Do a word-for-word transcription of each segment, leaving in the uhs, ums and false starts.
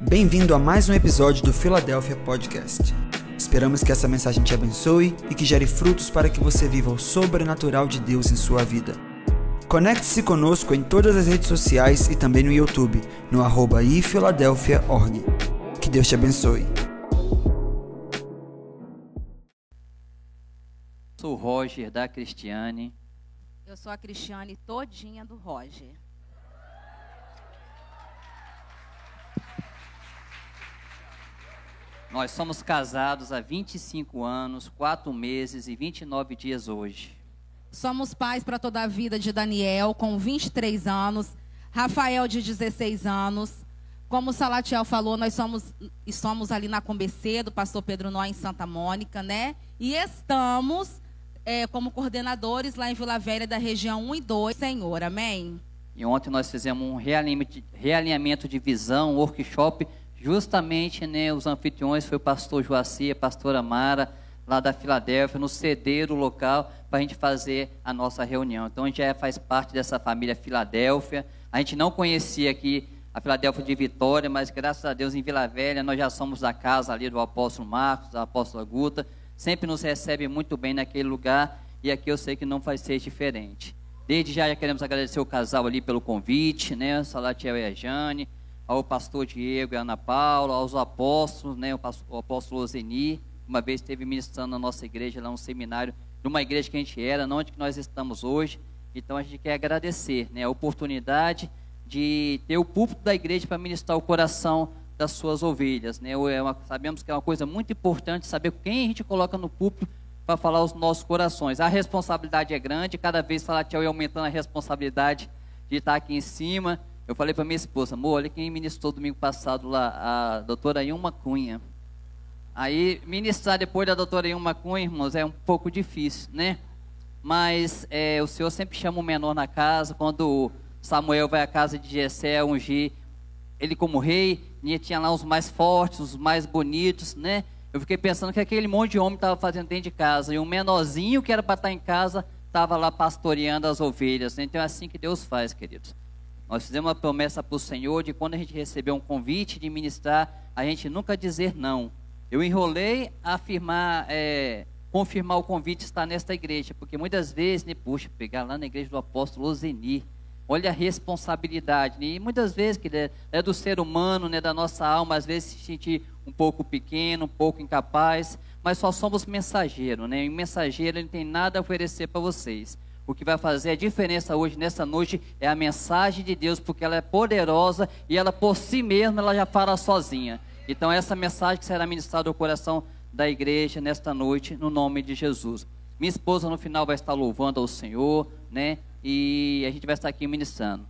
Bem-vindo a mais um episódio do Philadelphia Podcast. Esperamos que essa mensagem te abençoe e que gere frutos para que você viva o sobrenatural de Deus em sua vida. Conecte-se conosco em todas as redes sociais e também no YouTube, no arroba ifiladelphia ponto org. Que Deus te abençoe. Sou o Roger, da Cristiane. Eu sou a Cristiane todinha do Roger. Nós somos casados há vinte e cinco anos, quatro meses e vinte e nove dias hoje. Somos pais para toda a vida de Daniel, com vinte e três anos, Rafael, de dezesseis anos. Como o Salatiel falou, nós somos, somos ali na Combecê, do pastor Pedro Nó, em Santa Mônica, né? E estamos é, como coordenadores lá em Vila Velha, da região um e dois, Senhor, amém? E ontem nós fizemos um realinhamento, realinhamento de visão, um workshop. Justamente, né, os anfitriões foi o pastor Joaci, a pastora Mara, lá da Filadélfia, nos cederam o local para a gente fazer a nossa reunião. Então, a gente já faz parte dessa família Filadélfia. A gente não conhecia aqui a Filadélfia de Vitória, mas graças a Deus em Vila Velha, nós já somos da casa ali do apóstolo Marcos, da apóstola Guta. Sempre nos recebe muito bem naquele lugar e aqui eu sei que não vai ser diferente. Desde já, já queremos agradecer o casal ali pelo convite, né, o Salatiel e a Jane, ao pastor Diego e a Ana Paula, aos apóstolos, né, o apóstolo Ozeni, uma vez esteve ministrando na nossa igreja, lá no seminário, numa igreja que a gente era, não onde que nós estamos hoje. Então a gente quer agradecer, né, a oportunidade de ter o púlpito da igreja para ministrar o coração das suas ovelhas, né. É uma, sabemos que é uma coisa muito importante saber quem a gente coloca no púlpito para falar os nossos corações. A responsabilidade é grande, cada vez Salatiel ia aumentando a responsabilidade de estar aqui em cima. Eu falei para minha esposa, amor, olha quem ministrou domingo passado lá, a doutora Ilma Cunha. Aí, ministrar depois da doutora Ilma Cunha, irmãos, é um pouco difícil, né? Mas é, o Senhor sempre chama o menor na casa. Quando Samuel vai à casa de Jessé ungir ele como rei, e tinha lá os mais fortes, os mais bonitos, né? Eu fiquei pensando que aquele monte de homem estava fazendo dentro de casa, e um menorzinho que era para estar em casa, estava lá pastoreando as ovelhas, né? Então é assim que Deus faz, queridos. Nós fizemos uma promessa para o Senhor de quando a gente receber um convite de ministrar, a gente nunca dizer não. Eu enrolei a afirmar, é, confirmar o convite estar nesta igreja, porque muitas vezes, né, puxa, pegar lá na igreja do apóstolo Ozeni, olha a responsabilidade, né? E muitas vezes, que é, é do ser humano, né, da nossa alma, às vezes se sentir um pouco pequeno, um pouco incapaz, mas só somos mensageiro, né? E mensageiro não tem nada a oferecer para vocês. O que vai fazer a diferença hoje, nessa noite, é a mensagem de Deus, porque ela é poderosa e ela por si mesma, ela já fala sozinha. Então essa mensagem que será ministrada ao coração da igreja nesta noite, no nome de Jesus. Minha esposa no final vai estar louvando ao Senhor, né? E a gente vai estar aqui ministrando.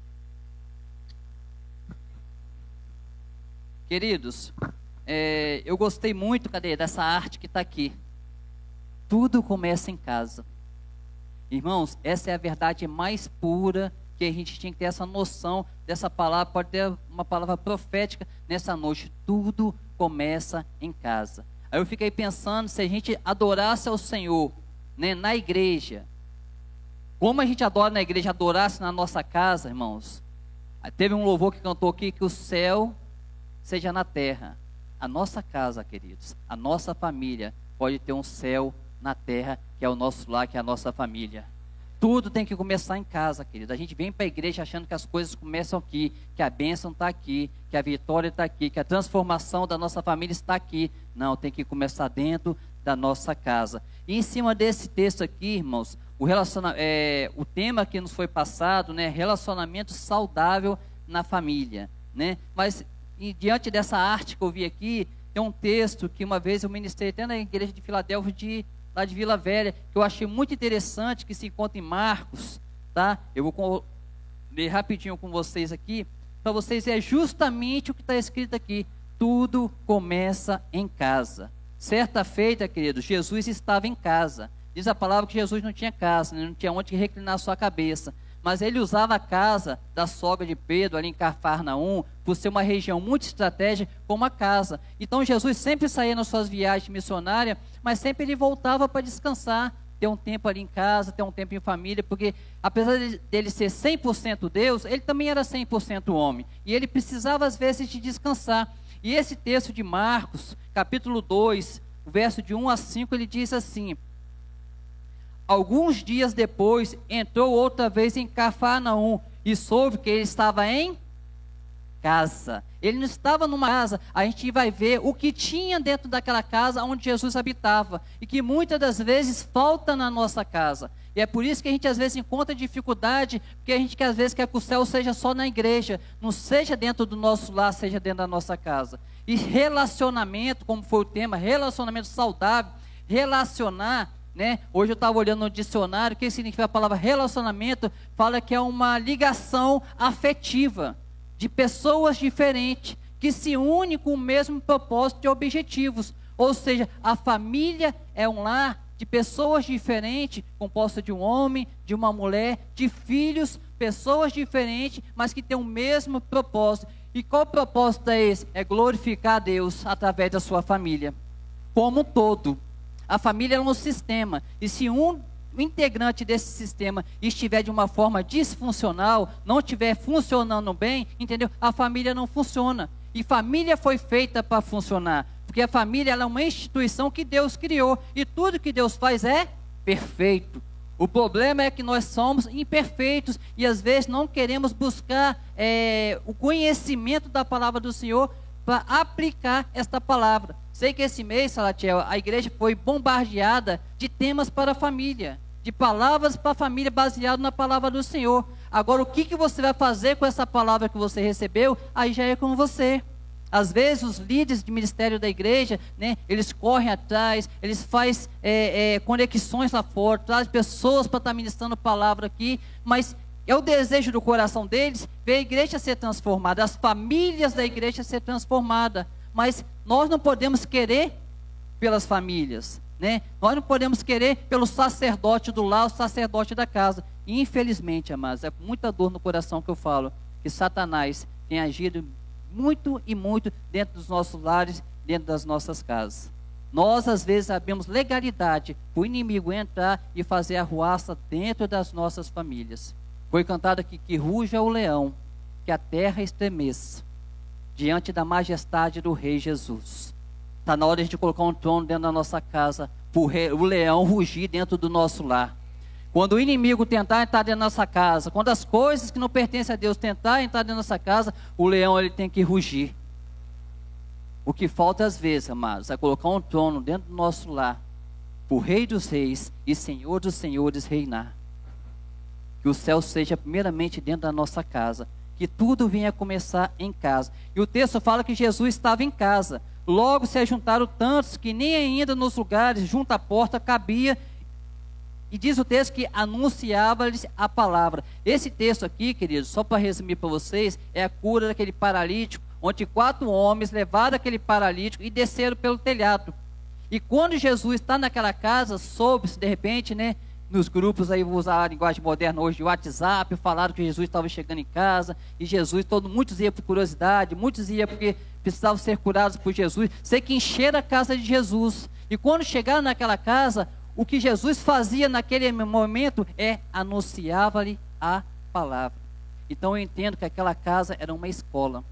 Queridos, é, eu gostei muito, cadê, dessa arte que está aqui. Tudo começa em casa. Irmãos, essa é a verdade mais pura, que a gente tinha que ter essa noção dessa palavra, pode ter uma palavra profética nessa noite. Tudo começa em casa. Aí eu fiquei pensando, se a gente adorasse ao Senhor, né, na igreja, como a gente adora na igreja, adorasse na nossa casa, irmãos. Teve um louvor que cantou aqui, que o céu seja na terra. A nossa casa, queridos, a nossa família pode ter um céu na terra, que é o nosso lar, que é a nossa família. Tudo tem que começar em casa, querido. A gente vem para a igreja achando que as coisas começam aqui, que a bênção está aqui, que a vitória está aqui, que a transformação da nossa família está aqui. Não, tem que começar dentro da nossa casa. E em cima desse texto aqui, irmãos, o, relaciona, é, o tema que nos foi passado, né, relacionamento saudável na família, né? Mas e, diante dessa arte que eu vi aqui, tem um texto que uma vez eu ministrei até na igreja de Filadélfia, de lá de Vila Velha, que eu achei muito interessante, que se encontra em Marcos, tá? Eu vou ler rapidinho com vocês aqui, para vocês é justamente o que está escrito aqui. Tudo começa em casa. Certa feita, queridos, Jesus estava em casa. Diz a palavra que Jesus não tinha casa, né? Não tinha onde reclinar a sua cabeça. Mas ele usava a casa da sogra de Pedro, ali em Cafarnaum, por ser uma região muito estratégica, como a casa. Então Jesus sempre saía nas suas viagens missionárias, mas sempre ele voltava para descansar, ter um tempo ali em casa, ter um tempo em família, porque apesar dele ser cem por cento Deus, ele também era cem por cento homem, e ele precisava às vezes de descansar. E esse texto de Marcos, capítulo dois, o verso de um a cinco, ele diz assim: alguns dias depois, entrou outra vez em Cafarnaum, e soube que ele estava em casa. Ele não estava numa casa. A gente vai ver o que tinha dentro daquela casa onde Jesus habitava, e que muitas das vezes falta na nossa casa. E é por isso que a gente às vezes encontra dificuldade, porque a gente que às vezes quer que o céu seja só na igreja, não seja dentro do nosso lar, seja dentro da nossa casa. E relacionamento, como foi o tema, relacionamento saudável, relacionar, né? Hoje eu estava olhando no dicionário, o que significa a palavra relacionamento? Fala que é uma ligação afetiva de pessoas diferentes, que se unem com o mesmo propósito e objetivos. Ou seja, a família é um lar de pessoas diferentes, composta de um homem, de uma mulher, de filhos, pessoas diferentes, mas que têm o mesmo propósito. E qual propósito é esse? É glorificar a Deus através da sua família, como um todo. A família é um sistema, e se um integrante desse sistema estiver de uma forma disfuncional, não estiver funcionando bem, entendeu? A família não funciona. E família foi feita para funcionar, porque a família ela é uma instituição que Deus criou, e tudo que Deus faz é perfeito. O problema é que nós somos imperfeitos, e às vezes não queremos buscar é, o conhecimento da palavra do Senhor para aplicar esta palavra. Sei que esse mês, Salatiel, a igreja foi bombardeada de temas para a família, de palavras para a família baseado na palavra do Senhor. Agora, o que, que você vai fazer com essa palavra que você recebeu? Aí já é com você. Às vezes os líderes de ministério da igreja, né, eles correm atrás, eles fazem é, é, conexões lá fora, trazem pessoas para estar ministrando palavra aqui, mas é o desejo do coração deles ver a igreja ser transformada, as famílias da igreja ser transformada. Mas nós não podemos querer pelas famílias, né? Nós não podemos querer pelo sacerdote do lar, o sacerdote da casa. E infelizmente, amados, é com muita dor no coração que eu falo que Satanás tem agido muito e muito dentro dos nossos lares, dentro das nossas casas. Nós às vezes abrimos legalidade para o inimigo entrar e fazer arruaça dentro das nossas famílias. Foi cantado aqui que ruja o leão, que a terra estremeça diante da majestade do Rei Jesus. Está na hora de a gente colocar um trono dentro da nossa casa, para o leão rugir dentro do nosso lar. Quando o inimigo tentar entrar dentro da nossa casa, quando as coisas que não pertencem a Deus tentar entrar dentro da nossa casa, o leão ele tem que rugir. O que falta às vezes, amados, é colocar um trono dentro do nosso lar, para o Rei dos Reis e Senhor dos Senhores reinar. Que o céu seja primeiramente dentro da nossa casa, que tudo venha começar em casa. E o texto fala que Jesus estava em casa. Logo se ajuntaram tantos que nem ainda nos lugares junto à porta cabia. E diz o texto que anunciava-lhes a palavra. Esse texto aqui, queridos, só para resumir para vocês, é a cura daquele paralítico, onde quatro homens levaram aquele paralítico e desceram pelo telhado. E quando Jesus está naquela casa, soube-se de repente, né? Nos grupos aí, vou usar a linguagem moderna hoje de WhatsApp, falaram que Jesus estava chegando em casa, e Jesus, todo, muitos iam por curiosidade, muitos iam porque precisavam ser curados por Jesus. Sei que encheram a casa de Jesus, e quando chegaram naquela casa, o que Jesus fazia naquele momento é anunciava-lhe a palavra. Então eu entendo que aquela casa era uma escola,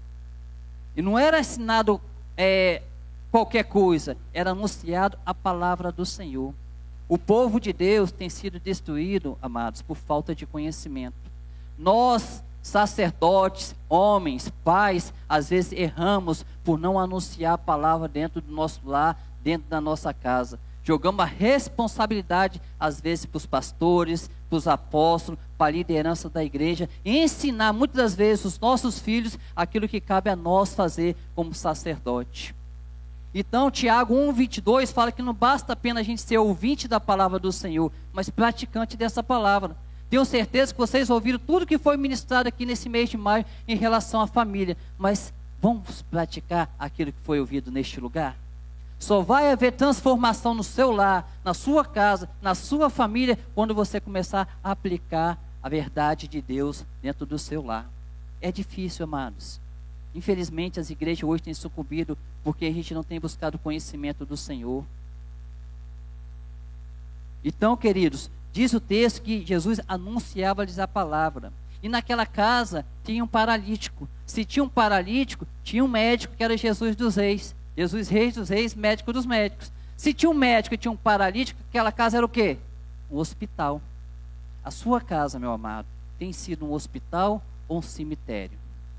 e não era ensinado é, qualquer coisa, era anunciado a palavra do Senhor. O povo de Deus tem sido destruído, amados, por falta de conhecimento. Nós, sacerdotes, homens, pais, às vezes erramos por não anunciar a palavra dentro do nosso lar, dentro da nossa casa. Jogamos a responsabilidade, às vezes, para os pastores, para os apóstolos, para a liderança da igreja, e ensinar muitas das vezes os nossos filhos aquilo que cabe a nós fazer como sacerdote. Então, Tiago um, vinte e dois fala que não basta apenas a gente ser ouvinte da palavra do Senhor, mas praticante dessa palavra. Tenho certeza que vocês ouviram tudo que foi ministrado aqui nesse mês de maio em relação à família, mas vamos praticar aquilo que foi ouvido neste lugar? Só vai haver transformação no seu lar, na sua casa, na sua família, quando você começar a aplicar a verdade de Deus dentro do seu lar. É difícil, amados. Infelizmente as igrejas hoje têm sucumbido porque a gente não tem buscado o conhecimento do Senhor. Então, queridos, diz o texto que Jesus anunciava-lhes a palavra. E naquela casa tinha um paralítico. Se tinha um paralítico, tinha um médico que era Jesus dos reis. Jesus, rei dos reis, médico dos médicos. Se tinha um médico e tinha um paralítico, aquela casa era o quê? Um hospital. A sua casa, meu amado, tem sido um hospital ou um cemitério?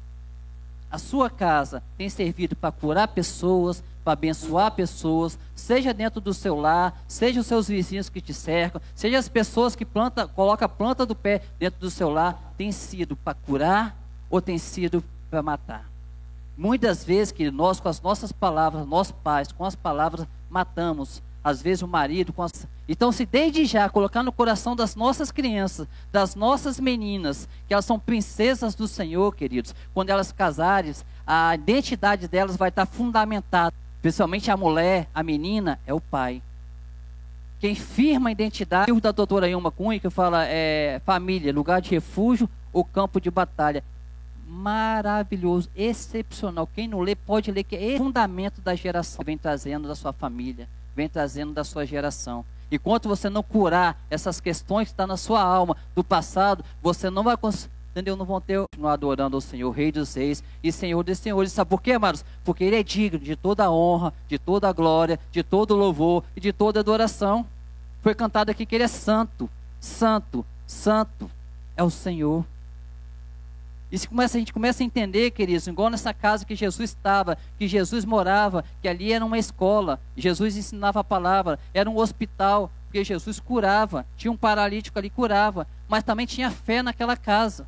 A sua casa tem servido para curar pessoas, para abençoar pessoas, seja dentro do seu lar, seja os seus vizinhos que te cercam, seja as pessoas que planta, colocam a planta do pé dentro do seu lar, tem sido para curar ou tem sido para matar? Muitas vezes, que nós com as nossas palavras, nós pais, com as palavras, matamos. Às vezes o marido com as... Então, se desde já colocar no coração das nossas crianças, das nossas meninas, que elas são princesas do Senhor, queridos, quando elas casarem, a identidade delas vai estar fundamentada. Principalmente a mulher, a menina, é o pai. Quem firma a identidade, o livro da doutora Ilma Cunha, que fala é, família, lugar de refúgio ou campo de batalha. Maravilhoso, excepcional. Quem não lê, pode ler, que é o fundamento da geração que vem trazendo da sua família, vem trazendo da sua geração. Enquanto você não curar essas questões que estão na sua alma do passado, você não vai conseguir, entendeu? Não vão ter, continuar adorando ao Senhor, Rei dos Reis e Senhor dos Senhores. Sabe por quê, amados? Porque Ele é digno de toda a honra, de toda a glória, de todo o louvor e de toda a adoração. Foi cantado aqui que Ele é santo, santo, santo é o Senhor. E se começa, a gente começa a entender, queridos, igual nessa casa que Jesus estava, que Jesus morava, que ali era uma escola, Jesus ensinava a palavra, era um hospital, porque Jesus curava, tinha um paralítico ali, curava, mas também tinha fé naquela casa.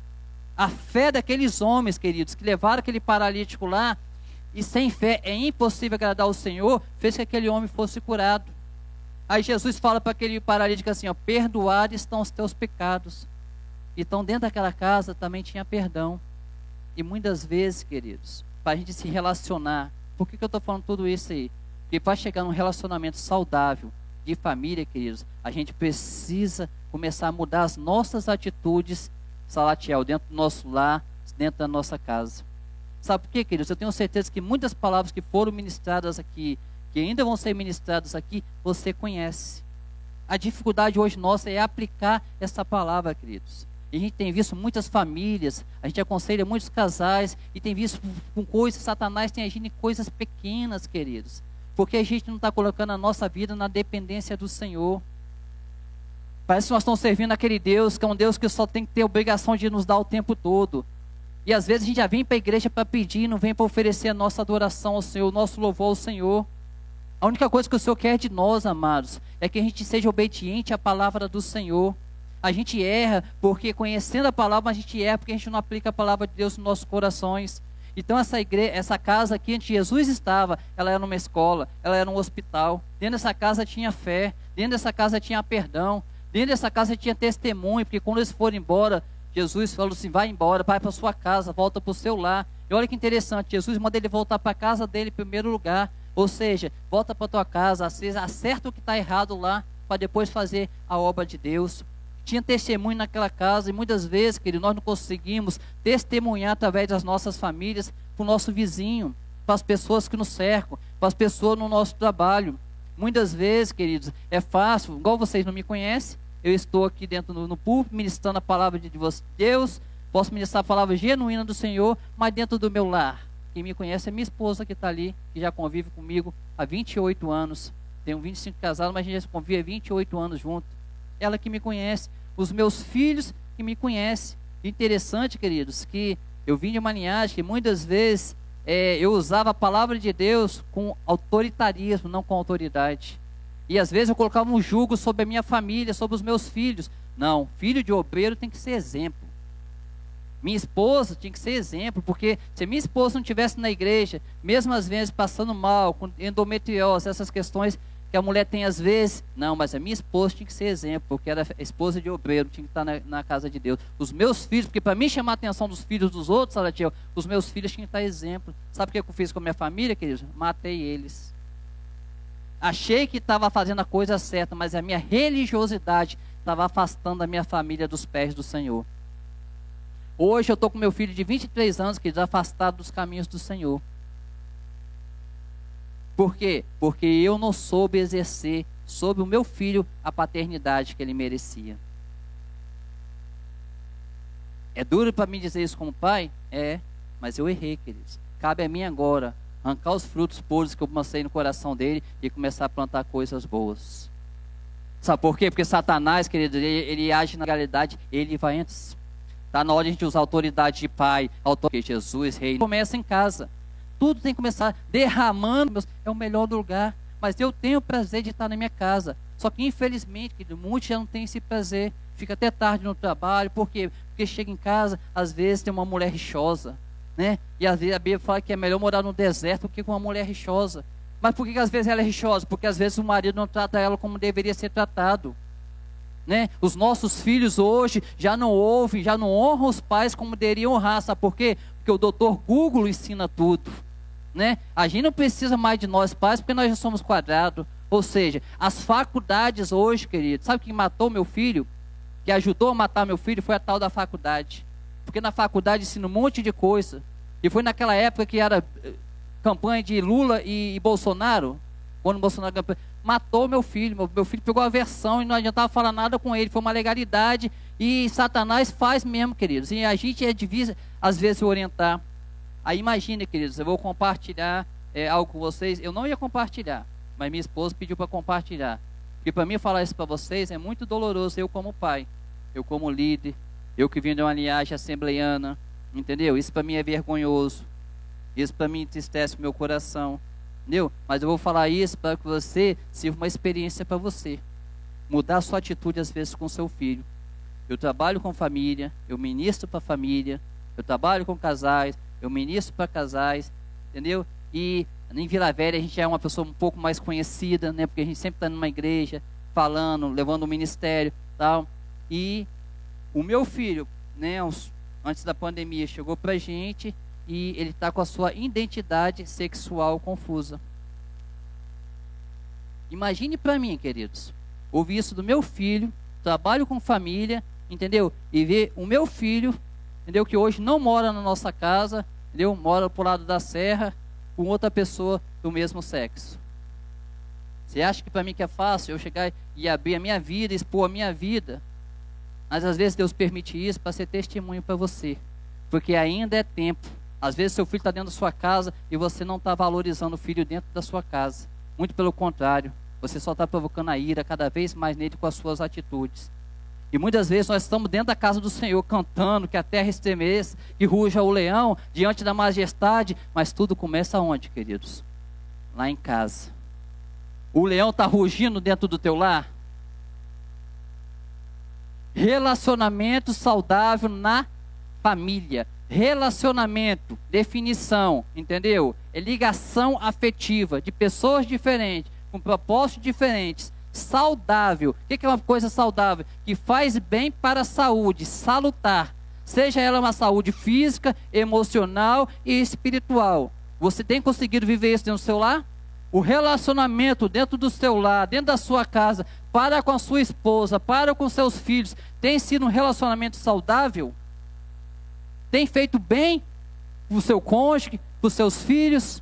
A fé daqueles homens, queridos, que levaram aquele paralítico lá, e sem fé é impossível agradar ao Senhor, fez que aquele homem fosse curado. Aí Jesus fala para aquele paralítico assim, ó, perdoados estão os teus pecados. Então, dentro daquela casa também tinha perdão. E muitas vezes, queridos, para a gente se relacionar, por que, que eu estou falando tudo isso aí? Porque para chegar num relacionamento saudável de família, queridos, a gente precisa começar a mudar as nossas atitudes, Salatiel, dentro do nosso lar, dentro da nossa casa. Sabe por quê, queridos? Eu tenho certeza que muitas palavras que foram ministradas aqui, que ainda vão ser ministradas aqui, você conhece. A dificuldade hoje nossa é aplicar essa palavra, queridos. E a gente tem visto muitas famílias, a gente aconselha muitos casais, e tem visto com coisas, Satanás tem agido em coisas pequenas, queridos. Porque a gente não está colocando a nossa vida na dependência do Senhor. Parece que nós estamos servindo aquele Deus, que é um Deus que só tem que ter a obrigação de nos dar o tempo todo. E às vezes a gente já vem para a igreja para pedir, não vem para oferecer a nossa adoração ao Senhor, o nosso louvor ao Senhor. A única coisa que o Senhor quer de nós, amados, é que a gente seja obediente à palavra do Senhor. A gente erra porque conhecendo a palavra, a gente erra porque a gente não aplica a palavra de Deus nos nossos corações. Então essa igreja, essa casa aqui onde Jesus estava, ela era uma escola, ela era um hospital. Dentro dessa casa tinha fé, dentro dessa casa tinha perdão, dentro dessa casa tinha testemunho, porque quando eles foram embora, Jesus falou assim, vai embora, vai para sua casa, volta para o seu lar. E olha que interessante, Jesus manda ele voltar para a casa dele em primeiro lugar. Ou seja, volta para a tua casa, acerta o que está errado lá, para depois fazer a obra de Deus. Tinha testemunho naquela casa, e muitas vezes, querido, nós não conseguimos testemunhar através das nossas famílias, para o nosso vizinho, para as pessoas que nos cercam, para as pessoas no nosso trabalho. Muitas vezes, queridos, é fácil, igual vocês não me conhecem, eu estou aqui dentro no, no púlpito, ministrando a palavra de Deus, posso ministrar a palavra genuína do Senhor, mas dentro do meu lar. Quem me conhece é minha esposa que está ali, que já convive comigo há vinte e oito anos. Tenho vinte e cinco casados, mas a gente já convive há vinte e oito anos junto. Ela que me conhece, os meus filhos que me conhecem. Interessante, queridos, que eu vim de uma linhagem que muitas vezes é, eu usava a palavra de Deus com autoritarismo, não com autoridade. E às vezes eu colocava um jugo sobre a minha família, sobre os meus filhos. Não, filho de obreiro tem que ser exemplo. Minha esposa tinha que ser exemplo, porque se minha esposa não estivesse na igreja, mesmo às vezes passando mal, com endometriose, essas questões que a mulher tem às vezes, não, mas a minha esposa tinha que ser exemplo, porque era esposa de obreiro, tinha que estar na, na casa de Deus. Os meus filhos, porque para mim chamar a atenção dos filhos dos outros, Salatiel, os meus filhos tinham que estar exemplo. Sabe o que eu fiz com a minha família, queridos? Matei eles. Achei que estava fazendo a coisa certa, mas a minha religiosidade estava afastando a minha família dos pés do Senhor. Hoje eu estou com meu filho de vinte e três anos, que está afastado dos caminhos do Senhor. Por quê? Porque eu não soube exercer sobre o meu filho a paternidade que ele merecia. É duro para mim dizer isso como pai? É, mas eu errei, queridos. Cabe a mim agora arrancar os frutos podres que eu plantei no coração dele e começar a plantar coisas boas. Sabe por quê? Porque Satanás, querido, ele, ele age na realidade, ele vai antes. Está na hora de a gente usar a autoridade de pai, autoridade de Jesus, rei. Começa em casa. Tudo tem que começar derramando. É o melhor lugar. Mas eu tenho o prazer de estar na minha casa. Só que infelizmente, querido, muitos já não têm esse prazer. Fica até tarde no trabalho. Por quê? Porque chega em casa, às vezes tem uma mulher rixosa, né? E às vezes a Bíblia fala que é melhor morar no deserto do que com uma mulher rixosa. Mas por que, que às vezes ela é rixosa? Porque às vezes o marido não trata ela como deveria ser tratado, né? Os nossos filhos hoje já não ouvem, já não honram os pais como deveriam honrar. Sabe por quê? Porque o doutor Google ensina tudo, né? A gente não precisa mais de nós pais, porque nós já somos quadrados. Ou seja, as faculdades hoje, querido, sabe quem matou meu filho? Que ajudou a matar meu filho foi a tal da faculdade. Porque na faculdade ensina um monte de coisa. E foi naquela época que era campanha de Lula e, e Bolsonaro. Quando o Bolsonaro matou meu filho. Meu, meu filho pegou a versão e não adiantava falar nada com ele. Foi uma legalidade. E Satanás faz mesmo, queridos. E a gente é divisa, às vezes, orientar. Aí imagine, queridos, eu vou compartilhar é, algo com vocês. Eu não ia compartilhar, mas minha esposa pediu para compartilhar. Porque para mim falar isso para vocês é muito doloroso. Eu como pai, eu como líder, eu que vim de uma linhagem assembleiana, entendeu? Isso para mim é vergonhoso. Isso para mim entristece o meu coração, entendeu? Mas eu vou falar isso para que você sirva uma experiência para você. Mudar a sua atitude às vezes com seu filho. Eu trabalho com família, eu ministro para família, eu trabalho com casais, eu ministro para casais, entendeu? E em Vila Velha a gente é uma pessoa um pouco mais conhecida, né? Porque a gente sempre está numa igreja, falando, levando o ministério e tal. E o meu filho, né, antes da pandemia, chegou para a gente e ele está com a sua identidade sexual confusa. Imagine para mim, queridos, ouvir isso do meu filho, trabalho com família, entendeu? E ver o meu filho, entendeu? Que hoje não mora na nossa casa, entendeu? Mora pro lado da serra, com outra pessoa do mesmo sexo. Você acha que para mim que é fácil eu chegar e abrir a minha vida, expor a minha vida? Mas às vezes Deus permite isso para ser testemunho para você. Porque ainda é tempo. Às vezes seu filho está dentro da sua casa e você não está valorizando o filho dentro da sua casa. Muito pelo contrário. Você só está provocando a ira cada vez mais nele com as suas atitudes. E muitas vezes nós estamos dentro da casa do Senhor cantando que a terra estremeça, que ruja o leão diante da majestade. Mas tudo começa onde, queridos? Lá em casa. O leão está rugindo dentro do teu lar? Relacionamento saudável na família. Relacionamento, definição, entendeu? É ligação afetiva de pessoas diferentes, com propósitos diferentes. Saudável. O que é uma coisa saudável? Que faz bem para a saúde, salutar. Seja ela uma saúde física, emocional e espiritual. Você tem conseguido viver isso dentro do seu lar? O relacionamento dentro do seu lar, dentro da sua casa, para com a sua esposa, para com seus filhos, tem sido um relacionamento saudável? Tem feito bem para o seu cônjuge, para os seus filhos?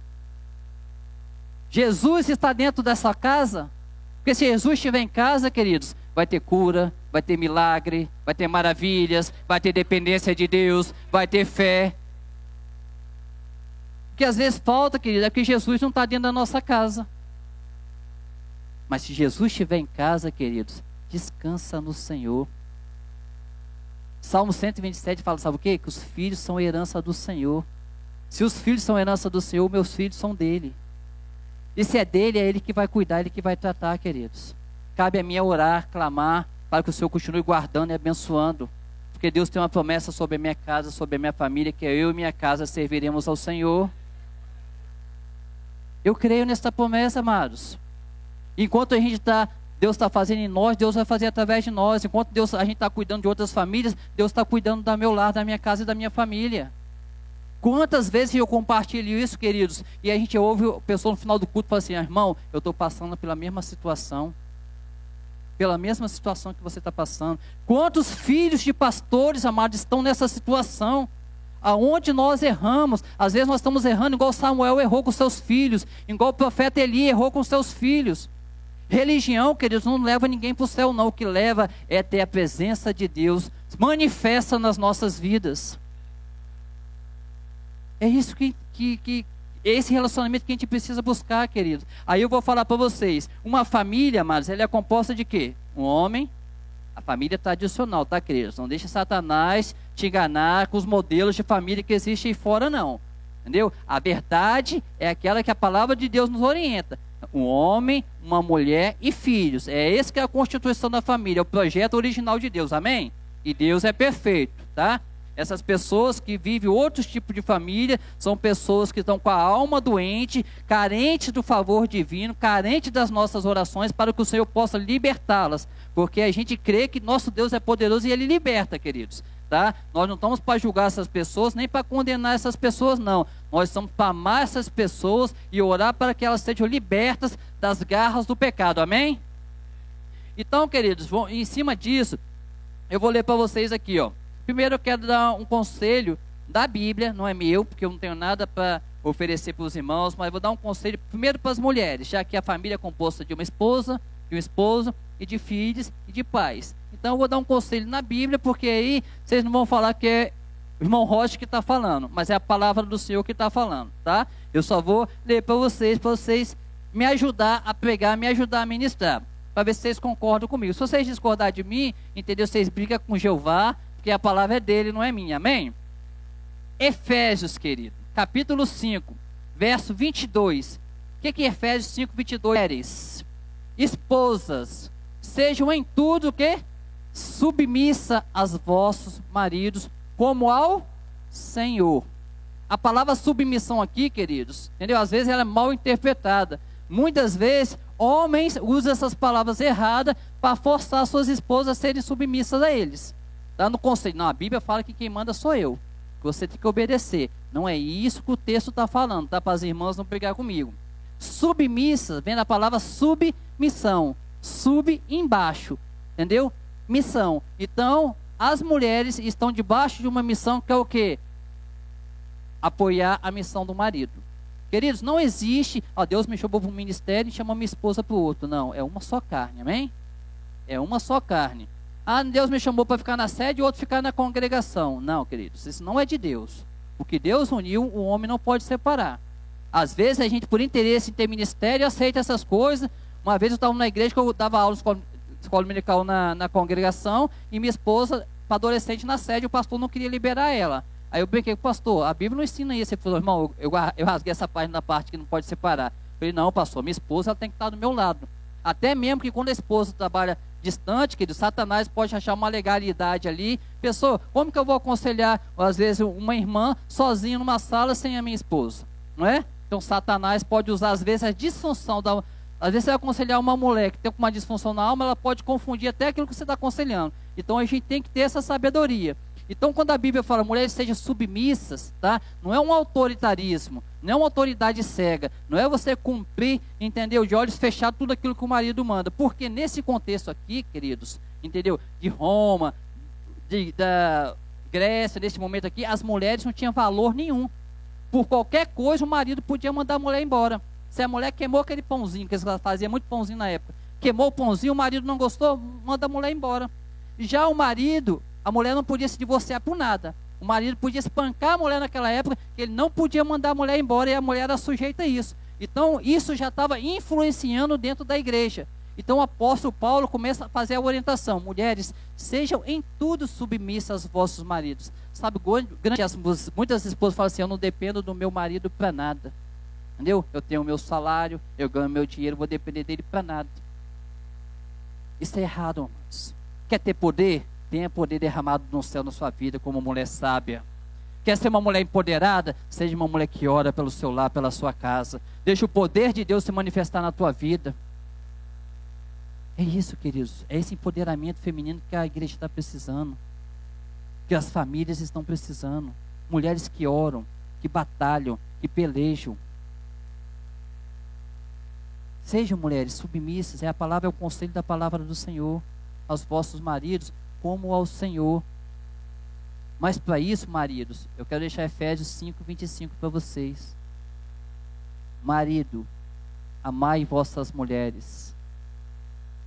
Jesus está dentro dessa casa? Porque se Jesus estiver em casa, queridos, vai ter cura, vai ter milagre, vai ter maravilhas, vai ter dependência de Deus, vai ter fé. O que às vezes falta, querido, é que Jesus não está dentro da nossa casa. Mas se Jesus estiver em casa, queridos, descansa no Senhor. Salmo cento e vinte e sete fala, sabe o quê? Que os filhos são herança do Senhor. Se os filhos são herança do Senhor, meus filhos são dele. E se é dele, é ele que vai cuidar, ele que vai tratar, queridos. Cabe a mim orar, clamar, para que o Senhor continue guardando e abençoando. Porque Deus tem uma promessa sobre a minha casa, sobre a minha família, que eu e minha casa serviremos ao Senhor. Eu creio nessa promessa, amados. Enquanto a gente está, Deus está fazendo em nós, Deus vai fazer através de nós. Enquanto Deus, a gente está cuidando de outras famílias, Deus está cuidando do meu lar, da minha casa e da minha família. Quantas vezes eu compartilho isso, queridos, e a gente ouve a pessoa no final do culto falar assim, irmão, eu estou passando pela mesma situação, pela mesma situação que você está passando. Quantos filhos de pastores, amados, estão nessa situação? Aonde nós erramos? Às vezes nós estamos errando igual Samuel errou com seus filhos, igual o profeta Eli errou com seus filhos. Religião, queridos, não leva ninguém para o céu, não. O que leva é ter a presença de Deus manifesta nas nossas vidas. É isso que, que, que esse relacionamento que a gente precisa buscar, queridos. Aí eu vou falar para vocês, uma família, amados, ela é composta de quê? Um homem, a família tradicional, tá, queridos? Não deixa Satanás te enganar com os modelos de família que existem aí fora, não. Entendeu? A verdade é aquela que a palavra de Deus nos orienta. Um homem, uma mulher e filhos. É esse que é a constituição da família, é o projeto original de Deus, amém? E Deus é perfeito, tá? Essas pessoas que vivem outros tipos de família são pessoas que estão com a alma doente, carentes do favor divino, carentes das nossas orações para que o Senhor possa libertá-las. Porque a gente crê que nosso Deus é poderoso e Ele liberta, queridos. Tá? Nós não estamos para julgar essas pessoas, nem para condenar essas pessoas, não. Nós estamos para amar essas pessoas e orar para que elas sejam libertas das garras do pecado, amém? Então, queridos, vou, em cima disso, eu vou ler para vocês aqui, ó. Primeiro eu quero dar um conselho da Bíblia, não é meu, porque eu não tenho nada para oferecer para os irmãos, mas vou dar um conselho primeiro para as mulheres, já que a família é composta de uma esposa, de um esposo e de filhos e de pais. Então eu vou dar um conselho na Bíblia, porque aí vocês não vão falar que é o irmão Rocha que está falando, mas é a palavra do Senhor que está falando, tá? Eu só vou ler para vocês, para vocês me ajudar a pregar, me ajudar a ministrar, para ver se vocês concordam comigo. Se vocês discordarem de mim, entendeu? Vocês brigam com Jeová, porque a palavra é dele, não é minha, amém? Efésios, querido, capítulo cinco, verso vinte e dois. O que que é Efésios cinco, vinte e dois? Mulheres, esposas, sejam em tudo o quê? Submissa aos vossos maridos, como ao Senhor. A palavra submissão aqui, queridos, entendeu? Às vezes ela é mal interpretada. Muitas vezes, homens usam essas palavras erradas para forçar suas esposas a serem submissas a eles. Tá no conselho. Não, a Bíblia fala que quem manda sou eu. Que você tem que obedecer. Não é isso que o texto está falando, tá? Para as irmãs não brigar comigo. Submissa, vem da palavra submissão. Sub embaixo, entendeu? Missão. Então, as mulheres estão debaixo de uma missão que é o quê? Apoiar a missão do marido. Queridos, não existe, ó, Deus me chamou para um ministério e chamou minha esposa para o outro. Não, é uma só carne, amém? É uma só carne. Ah, Deus me chamou para ficar na sede e outro ficar na congregação. Não, queridos, isso não é de Deus. O que Deus uniu, o homem não pode separar. Às vezes a gente, por interesse em ter ministério, aceita essas coisas. Uma vez eu estava na igreja que eu dava aula de escola, escola dominical na, na congregação, e minha esposa, adolescente na sede, o pastor não queria liberar ela. Aí eu brinquei com o pastor, a Bíblia não ensina isso. Ele falou, irmão, eu, eu rasguei essa página da parte que não pode separar. Eu falei, não, pastor, minha esposa ela tem que estar do meu lado. Até mesmo que quando a esposa trabalha distante, querido, Satanás pode achar uma legalidade ali. Pessoa, como que eu vou aconselhar, às vezes, uma irmã sozinha numa sala sem a minha esposa? Não é? Então Satanás pode usar, às vezes, a disfunção da... Às vezes você vai aconselhar uma mulher que tem uma disfunção na alma, ela pode confundir até aquilo que você está aconselhando. Então a gente tem que ter essa sabedoria. Então quando a Bíblia fala, mulheres sejam submissas, tá? Não é um autoritarismo, não é uma autoridade cega, não é você cumprir, entendeu? De olhos fechados tudo aquilo que o marido manda. Porque nesse contexto aqui, queridos, entendeu? De Roma, de, da Grécia, nesse momento aqui, as mulheres não tinham valor nenhum. Por qualquer coisa o marido podia mandar a mulher embora. Se a mulher queimou aquele pãozinho, que eles faziam muito pãozinho na época, queimou o pãozinho, o marido não gostou, manda a mulher embora. Já o marido, a mulher não podia se divorciar por nada. O marido podia espancar a mulher naquela época, que ele não podia mandar a mulher embora e a mulher era sujeita a isso. Então isso já estava influenciando dentro da igreja. Então o apóstolo Paulo começa a fazer a orientação. Mulheres, sejam em tudo submissas aos vossos maridos. Sabe, muitas esposas falam assim, eu não dependo do meu marido para nada. Entendeu? Eu tenho o meu salário, eu ganho meu dinheiro, vou depender dele para nada. Isso é errado, irmãos. Quer ter poder? Tenha poder derramado no céu na sua vida como mulher sábia. Quer ser uma mulher empoderada? Seja uma mulher que ora pelo seu lar, pela sua casa. Deixa o poder de Deus se manifestar na tua vida. É isso, queridos. É esse empoderamento feminino que a igreja está precisando. Que as famílias estão precisando. Mulheres que oram, que batalham, que pelejam. Sejam mulheres submissas, é a palavra, é o conselho da palavra do Senhor, aos vossos maridos, como ao Senhor. Mas para isso, maridos, eu quero deixar Efésios cinco, vinte e cinco para vocês. Marido, amai vossas mulheres,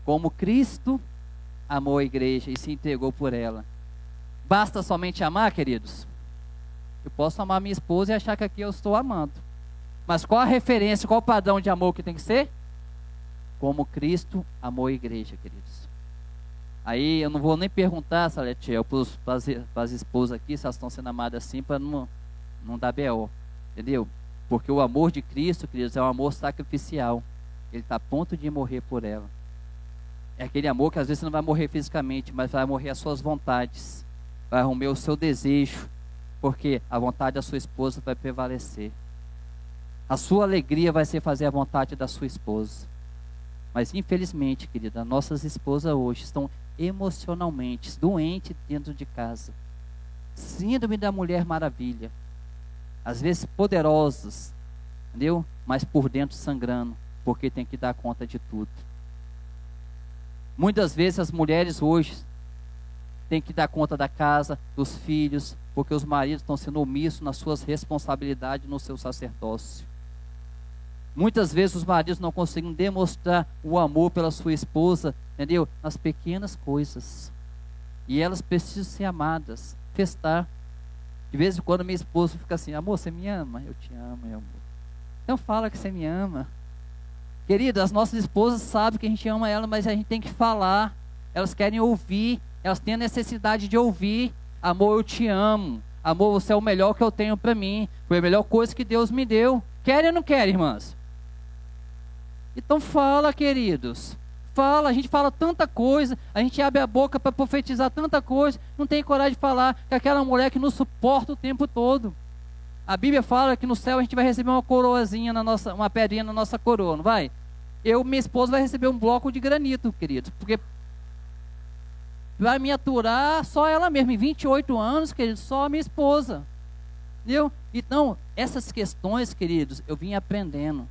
como Cristo amou a igreja e se entregou por ela. Basta somente amar, queridos? Eu posso amar minha esposa e achar que aqui eu estou amando. Mas qual a referência, qual o padrão de amor que tem que ser? Como Cristo amou a igreja, queridos. Aí eu não vou nem perguntar, Saletiel, para as esposas aqui, se elas estão sendo amadas assim, para não, não dar B O. Entendeu? Porque o amor de Cristo, queridos, é um amor sacrificial. Ele está a ponto de morrer por ela. É aquele amor que às vezes você não vai morrer fisicamente, mas vai morrer as suas vontades. Vai romper o seu desejo. Porque a vontade da sua esposa vai prevalecer. A sua alegria vai ser fazer a vontade da sua esposa. Mas infelizmente, querida, nossas esposas hoje estão emocionalmente doentes dentro de casa. Síndrome da Mulher Maravilha. Às vezes poderosas, entendeu? Mas por dentro sangrando, porque tem que dar conta de tudo. Muitas vezes as mulheres hoje têm que dar conta da casa, dos filhos, porque os maridos estão sendo omissos nas suas responsabilidades, no seu sacerdócio. Muitas vezes os maridos não conseguem demonstrar o amor pela sua esposa, entendeu? Nas pequenas coisas. E elas precisam ser amadas, festar. De vez em quando minha esposa fica assim: amor, você me ama? Eu te amo, meu amor. Então fala que você me ama. Querida, as nossas esposas sabem que a gente ama elas, mas a gente tem que falar. Elas querem ouvir, elas têm a necessidade de ouvir. Amor, eu te amo. Amor, você é o melhor que eu tenho para mim. Foi a melhor coisa que Deus me deu. Querem ou não querem, irmãs? Então fala, queridos. Fala, a gente fala tanta coisa, a gente abre a boca para profetizar tanta coisa, não tem coragem de falar que aquela mulher que nos suporta o tempo todo. A Bíblia fala que no céu a gente vai receber uma coroazinha, na nossa, uma pedrinha na nossa coroa, não vai? Eu, minha esposa, vai receber um bloco de granito, queridos, porque vai me aturar só ela mesma, em vinte e oito anos, queridos, só a minha esposa. Entendeu? Então, essas questões, queridos, eu vim aprendendo.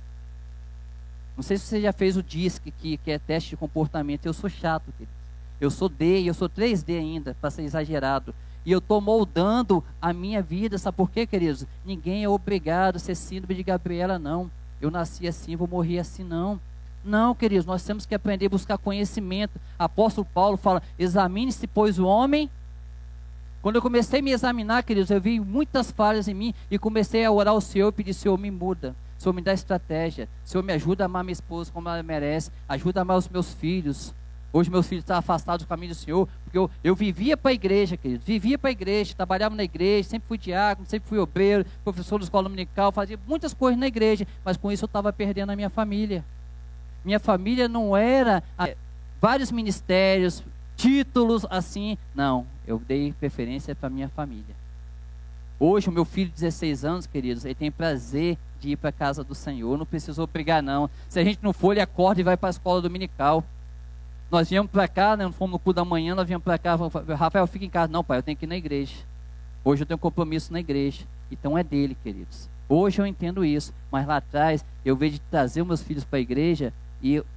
Não sei se você já fez o D I S C, que, que é teste de comportamento. Eu sou chato, queridos. Eu sou D, eu sou três D ainda, para ser exagerado. E eu estou moldando a minha vida. Sabe por quê, queridos? Ninguém é obrigado a ser síndrome de Gabriela, não. Eu nasci assim, vou morrer assim, não. Não, queridos, nós temos que aprender a buscar conhecimento. Apóstolo Paulo fala: examine-se, pois, o homem. Quando eu comecei a me examinar, queridos, eu vi muitas falhas em mim e comecei a orar ao Senhor e pedir: Senhor, me muda. Senhor, me dá estratégia. Senhor, me ajuda a amar minha esposa como ela merece. Ajuda a amar os meus filhos. Hoje meus filhos estão afastados do caminho do Senhor, porque eu, eu vivia para a igreja, querido. Vivia para a igreja, trabalhava na igreja, sempre fui diácono, sempre fui obreiro, professor de escola dominical, fazia muitas coisas na igreja, mas com isso eu estava perdendo a minha família. Minha família não era a, vários ministérios, títulos assim. Não, eu dei preferência para a minha família. Hoje o meu filho de dezesseis anos, queridos, ele tem prazer de ir para a casa do Senhor. Não precisou brigar, não. Se a gente não for, ele acorda e vai para a escola dominical. Nós viemos para cá, né, não fomos no culto da manhã, nós viemos para cá, Rafael, fica em casa. Não, pai, eu tenho que ir na igreja. Hoje eu tenho compromisso na igreja. Então é dele, queridos. Hoje eu entendo isso, mas lá atrás eu vejo de trazer os meus filhos para a igreja e eu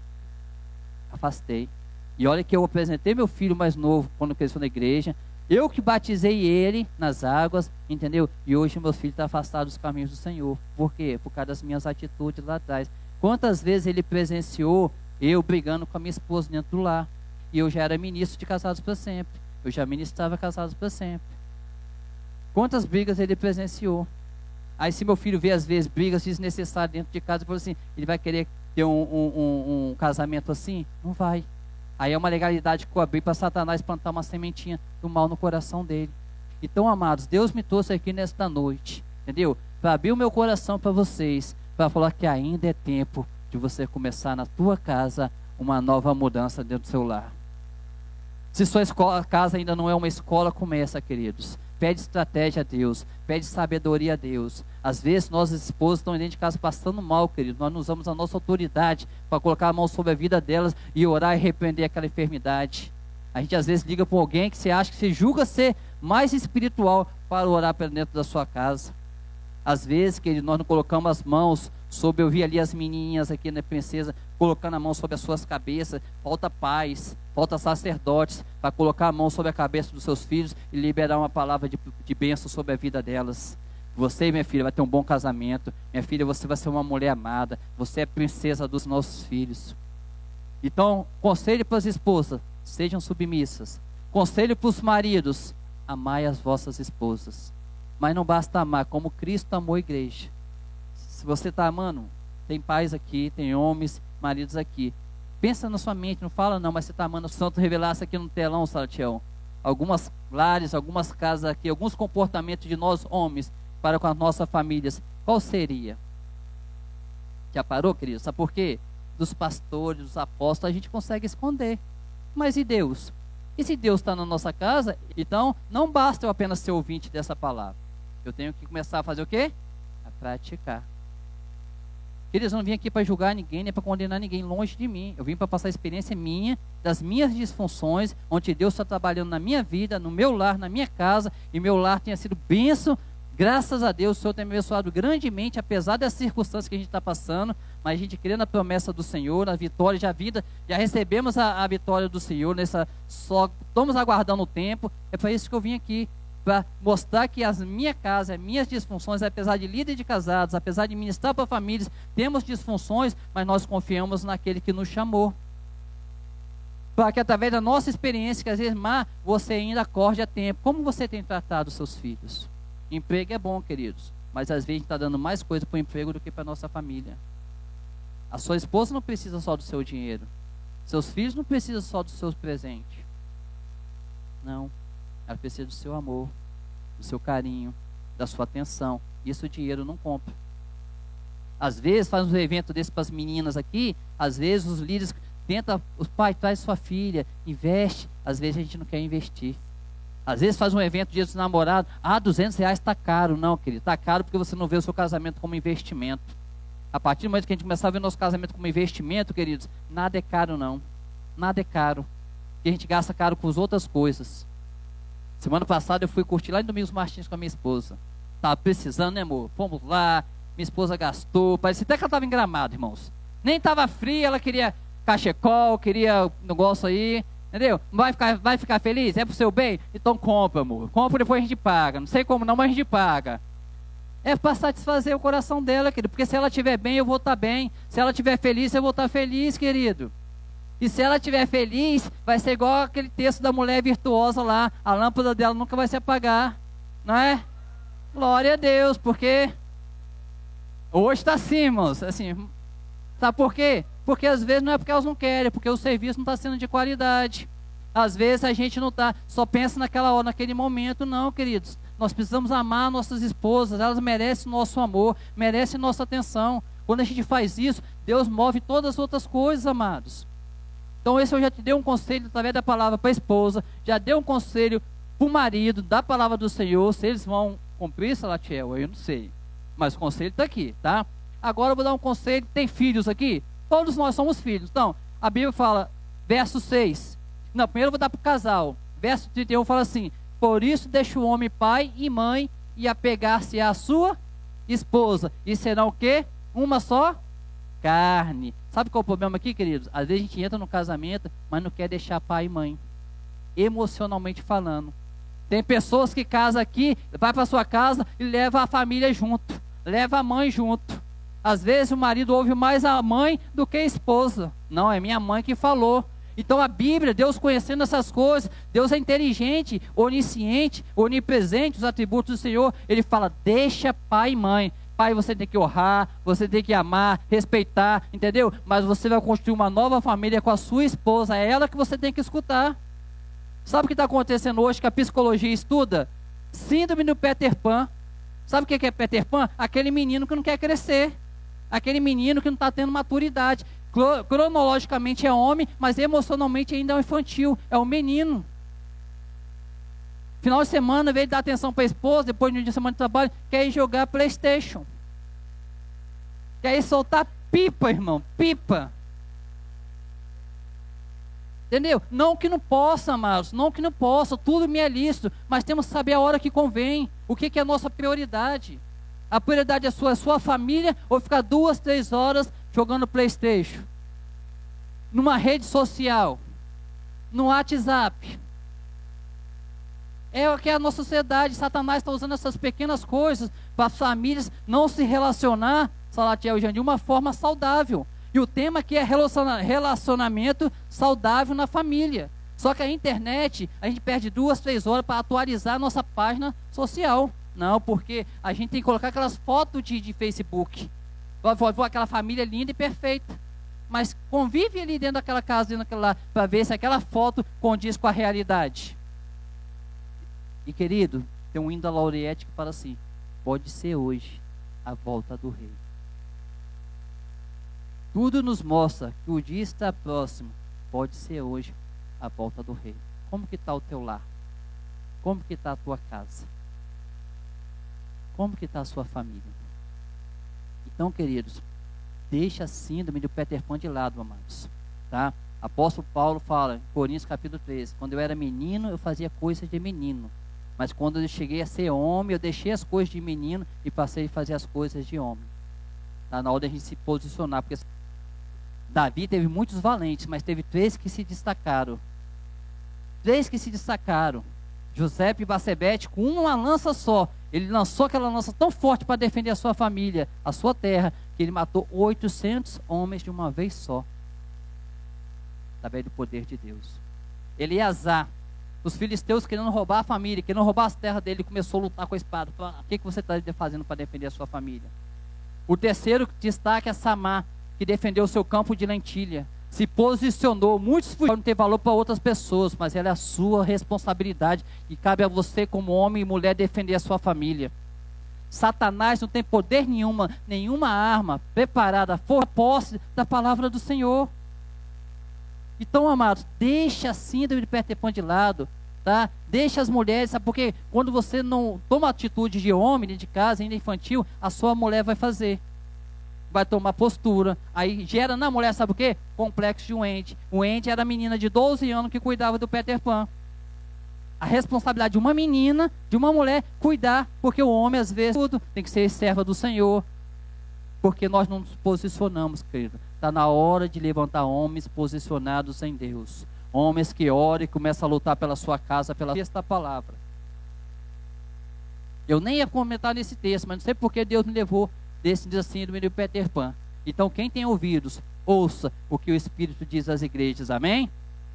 afastei. E olha que eu apresentei meu filho mais novo quando cresceu na igreja. Eu que batizei ele nas águas, entendeu? E hoje meu filho está afastado dos caminhos do Senhor. Por quê? Por causa das minhas atitudes lá atrás. Quantas vezes ele presenciou eu brigando com a minha esposa dentro do lar? E eu já era ministro de casados para sempre. Eu já ministrava casados para sempre. Quantas brigas ele presenciou? Aí se meu filho vê às vezes brigas desnecessárias dentro de casa, ele fala assim, ele vai querer ter um, um, um, um casamento assim? Não vai. Aí é uma legalidade que eu abri para Satanás plantar uma sementinha do mal no coração dele. Então, amados, Deus me trouxe aqui nesta noite, entendeu? Para abrir o meu coração para vocês, para falar que ainda é tempo de você começar na tua casa uma nova mudança dentro do seu lar. Se sua escola, casa ainda não é uma escola, começa, queridos. Pede estratégia a Deus, pede sabedoria a Deus. Às vezes nós esposas estão dentro de casa passando mal, queridos. Nós não usamos a nossa autoridade para colocar a mão sobre a vida delas e orar e repreender aquela enfermidade. A gente às vezes liga para alguém que você acha que você julga ser mais espiritual para orar para dentro da sua casa. Às vezes, queridos, nós não colocamos as mãos sobre, eu vi ali as menininhas aqui, né, princesa, colocando a mão sobre as suas cabeças. Falta pais, falta sacerdotes para colocar a mão sobre a cabeça dos seus filhos e liberar uma palavra de, de bênção sobre a vida delas. Você, minha filha, vai ter um bom casamento. Minha filha, você vai ser uma mulher amada. Você é princesa dos nossos filhos. Então, conselho para as esposas, sejam submissas. Conselho para os maridos, amai as vossas esposas. Mas não basta amar, como Cristo amou a igreja. Se você está amando, tem pais aqui, tem homens, maridos aqui. Pensa na sua mente, não fala não, mas você está amando. O Santo revelasse aqui no telão, Salatiel, algumas lares, algumas casas aqui, alguns comportamentos de nós homens para com as nossas famílias. Qual seria? Já parou, querido? Sabe por quê? Dos pastores, dos apóstolos, a gente consegue esconder. Mas e Deus? E se Deus está na nossa casa, então não basta eu apenas ser ouvinte dessa palavra. Eu tenho que começar a fazer o quê? A praticar. Eles não vêm aqui para julgar ninguém, nem para condenar ninguém, longe de mim. Eu vim para passar a experiência minha, das minhas disfunções, onde Deus está trabalhando na minha vida, no meu lar, na minha casa, e meu lar tenha sido bênção. Graças a Deus, o Senhor tem me abençoado grandemente, apesar das circunstâncias que a gente está passando, mas a gente crê na promessa do Senhor, na vitória, já vida, já recebemos a, a vitória do Senhor, nessa, só estamos aguardando o tempo. É para isso que eu vim aqui, para mostrar que as minha casa, as minhas disfunções, apesar de líder de casados, apesar de ministrar para famílias, temos disfunções, mas nós confiamos naquele que nos chamou. Para que através da nossa experiência, que às vezes má, você ainda acorde a tempo. Como você tem tratado os seus filhos? Emprego é bom, queridos, mas às vezes a gente está dando mais coisa para o emprego do que para a nossa família. A sua esposa não precisa só do seu dinheiro. Seus filhos não precisam só do seu presente. Não. Ela precisa do seu amor, do seu carinho, da sua atenção. Isso o dinheiro não compra. Às vezes faz um evento desse para as meninas aqui, às vezes os líderes tentam, o pai traz sua filha, investe, às vezes a gente não quer investir. Às vezes faz um evento dia dos namorados, ah, duzentos reais está caro. Não, querido, está caro porque você não vê o seu casamento como investimento. A partir do momento que a gente começar a ver o nosso casamento como investimento, queridos, nada é caro não. Nada é caro. Porque a gente gasta caro com as outras coisas. Semana passada eu fui curtir lá em Domingos Martins com a minha esposa. Estava precisando, né, amor? Fomos lá, minha esposa gastou, parecia até que ela estava em Gramado, irmãos. Nem estava fria, ela queria cachecol, queria um negócio aí, entendeu? Vai ficar, vai ficar feliz? É pro seu bem? Então compra, amor. Compra, depois a gente paga. Não sei como não, mas a gente paga. É para satisfazer o coração dela, querido. Porque se ela estiver bem, eu vou estar bem. Se ela estiver feliz, eu vou estar feliz, querido. E se ela estiver feliz, vai ser igual aquele texto da mulher virtuosa lá. A lâmpada dela nunca vai se apagar. Não é? Glória a Deus, porque hoje está assim, irmãos. Assim, sabe por quê? Porque às vezes não é porque elas não querem, porque o serviço não está sendo de qualidade. Às vezes a gente não está, só pensa naquela hora, naquele momento. Não, queridos. Nós precisamos amar nossas esposas. Elas merecem nosso amor, merecem nossa atenção. Quando a gente faz isso, Deus move todas as outras coisas, amados. Então esse eu já te dei um conselho através da palavra para a esposa, já dei um conselho para o marido, da palavra do Senhor. Se eles vão cumprir, Salatiel, eu não sei. Mas o conselho está aqui, tá? Agora eu vou dar um conselho. Tem filhos aqui? Todos nós somos filhos. Então, a Bíblia fala, verso seis. Não, primeiro eu vou dar para o casal. Verso trinta e um fala assim, por isso deixa o homem pai e mãe e apegar-se à sua esposa. E serão o quê? Uma só carne. Sabe qual é o problema aqui, queridos? Às vezes a gente entra no casamento, mas não quer deixar pai e mãe. Emocionalmente falando. Tem pessoas que casam aqui, vai para sua casa e leva a família junto. Leva a mãe junto. Às vezes o marido ouve mais a mãe do que a esposa. Não, é minha mãe que falou. Então a Bíblia, Deus conhecendo essas coisas, Deus é inteligente, onisciente, onipresente, os atributos do Senhor. Ele fala, deixa pai e mãe. Pai, você tem que honrar, você tem que amar, respeitar, entendeu? Mas você vai construir uma nova família com a sua esposa, é ela que você tem que escutar. Sabe o que está acontecendo hoje que a psicologia estuda? Síndrome do Peter Pan. Sabe o que é Peter Pan? Aquele menino que não quer crescer. Aquele menino que não está tendo maturidade. Cronologicamente é homem, mas emocionalmente ainda é infantil. É um menino. Final de semana, em vez de dar atenção para a esposa, depois de um dia de semana de trabalho, quer ir jogar PlayStation. Quer ir soltar pipa, irmão. Pipa. Entendeu? Não que não possa, amados. Não que não possa. Tudo me é lícito. Mas temos que saber a hora que convém. O que, que é a nossa prioridade. A prioridade é a sua, a sua família ou ficar duas, três horas jogando PlayStation? Numa rede social. No WhatsApp. É o que é a nossa sociedade. Satanás está usando essas pequenas coisas para as famílias não se relacionar, Salatiel e Jandir, de uma forma saudável. E o tema aqui é relacionamento saudável na família. Só que a internet, a gente perde duas, três horas para atualizar a nossa página social. Não, porque a gente tem que colocar aquelas fotos de, de Facebook. Aquela família linda e perfeita. Mas convive ali dentro daquela casa, dentro daquela lá, para ver se aquela foto condiz com a realidade. E querido, tem um hino da Lauriette que fala assim: pode ser hoje a volta do rei. Tudo nos mostra que o dia está próximo. Pode ser hoje a volta do rei. Como que está o teu lar? Como que está a tua casa? Como que está a sua família? Então, queridos, deixa a síndrome do Peter Pan de lado, amados. Tá? Apóstolo Paulo fala em Coríntios capítulo treze: quando eu era menino, eu fazia coisas de menino. Mas quando eu cheguei a ser homem, eu deixei as coisas de menino e passei a fazer as coisas de homem. Tá na hora de a gente se posicionar, porque Davi teve muitos valentes, mas teve três que se destacaram. Três que se destacaram. José e Bacebete, com uma lança só, ele lançou aquela lança tão forte para defender a sua família, a sua terra, que ele matou oitocentos homens de uma vez só. Através do poder de Deus. Eleazar, os filisteus querendo roubar a família, querendo roubar as terras dele, começou a lutar com a espada. Falou: o que, que você está fazendo para defender a sua família? O terceiro destaque é Samar, que defendeu o seu campo de lentilha. Se posicionou, muitos fugiram, não tem valor para outras pessoas, mas ela é a sua responsabilidade e cabe a você como homem e mulher defender a sua família. Satanás não tem poder nenhuma, nenhuma arma preparada, for posse da palavra do Senhor. Então, amados, deixa a síndrome de Peter Pan de lado, tá? Deixa as mulheres, sabe? Porque quando você não toma atitude de homem dentro de casa, ainda infantil, a sua mulher vai fazer. Vai tomar postura, aí gera na mulher, sabe o quê? Complexo de um ente. O ente era a menina de doze anos que cuidava do Peter Pan. A responsabilidade de uma menina, de uma mulher, cuidar, porque o homem às vezes tudo tem que ser serva do Senhor, porque nós não nos posicionamos, querido. Está na hora de levantar homens posicionados em Deus, homens que oram e começam a lutar pela sua casa, pela esta palavra. Eu nem ia comentar nesse texto, mas não sei porque Deus me levou desse síndrome do Peter Pan. Então, quem tem ouvidos, ouça o que o Espírito diz às igrejas, amém?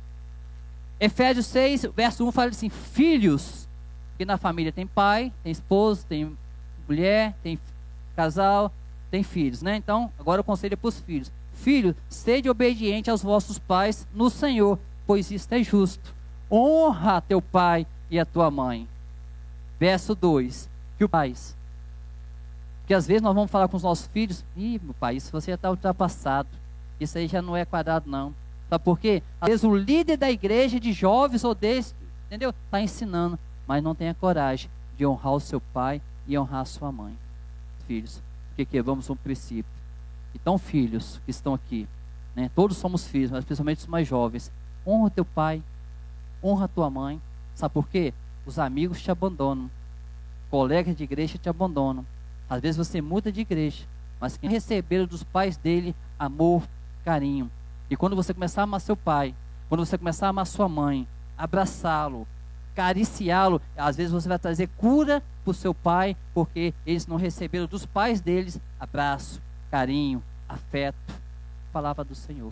Efésios seis, verso um, fala assim: filhos, que na família tem pai, tem esposo, tem mulher, tem casal, tem filhos, né? Então, agora o conselho é para os filhos: filho, sede obediente aos vossos pais no Senhor, pois isto é justo. Honra teu pai e a tua mãe. Verso dois, que o pai, porque às vezes nós vamos falar com os nossos filhos: ih, meu pai, isso você já está ultrapassado, isso aí já não é quadrado não. Sabe por quê? Às vezes o líder da igreja, de jovens ou desse, entendeu? Está ensinando, mas não tem a coragem de honrar o seu pai e honrar a sua mãe. Filhos, porque quebramos um princípio. Então, filhos que estão aqui, né? Todos somos filhos, mas principalmente os mais jovens. Honra teu pai, honra tua mãe. Sabe por quê? Os amigos te abandonam, colegas de igreja te abandonam. Às vezes você muda de igreja, mas quem receberam dos pais dele amor, carinho. E quando você começar a amar seu pai, quando você começar a amar sua mãe, abraçá-lo, acariciá-lo, às vezes você vai trazer cura para o seu pai, porque eles não receberam dos pais deles abraço, carinho, afeto, palavra do Senhor.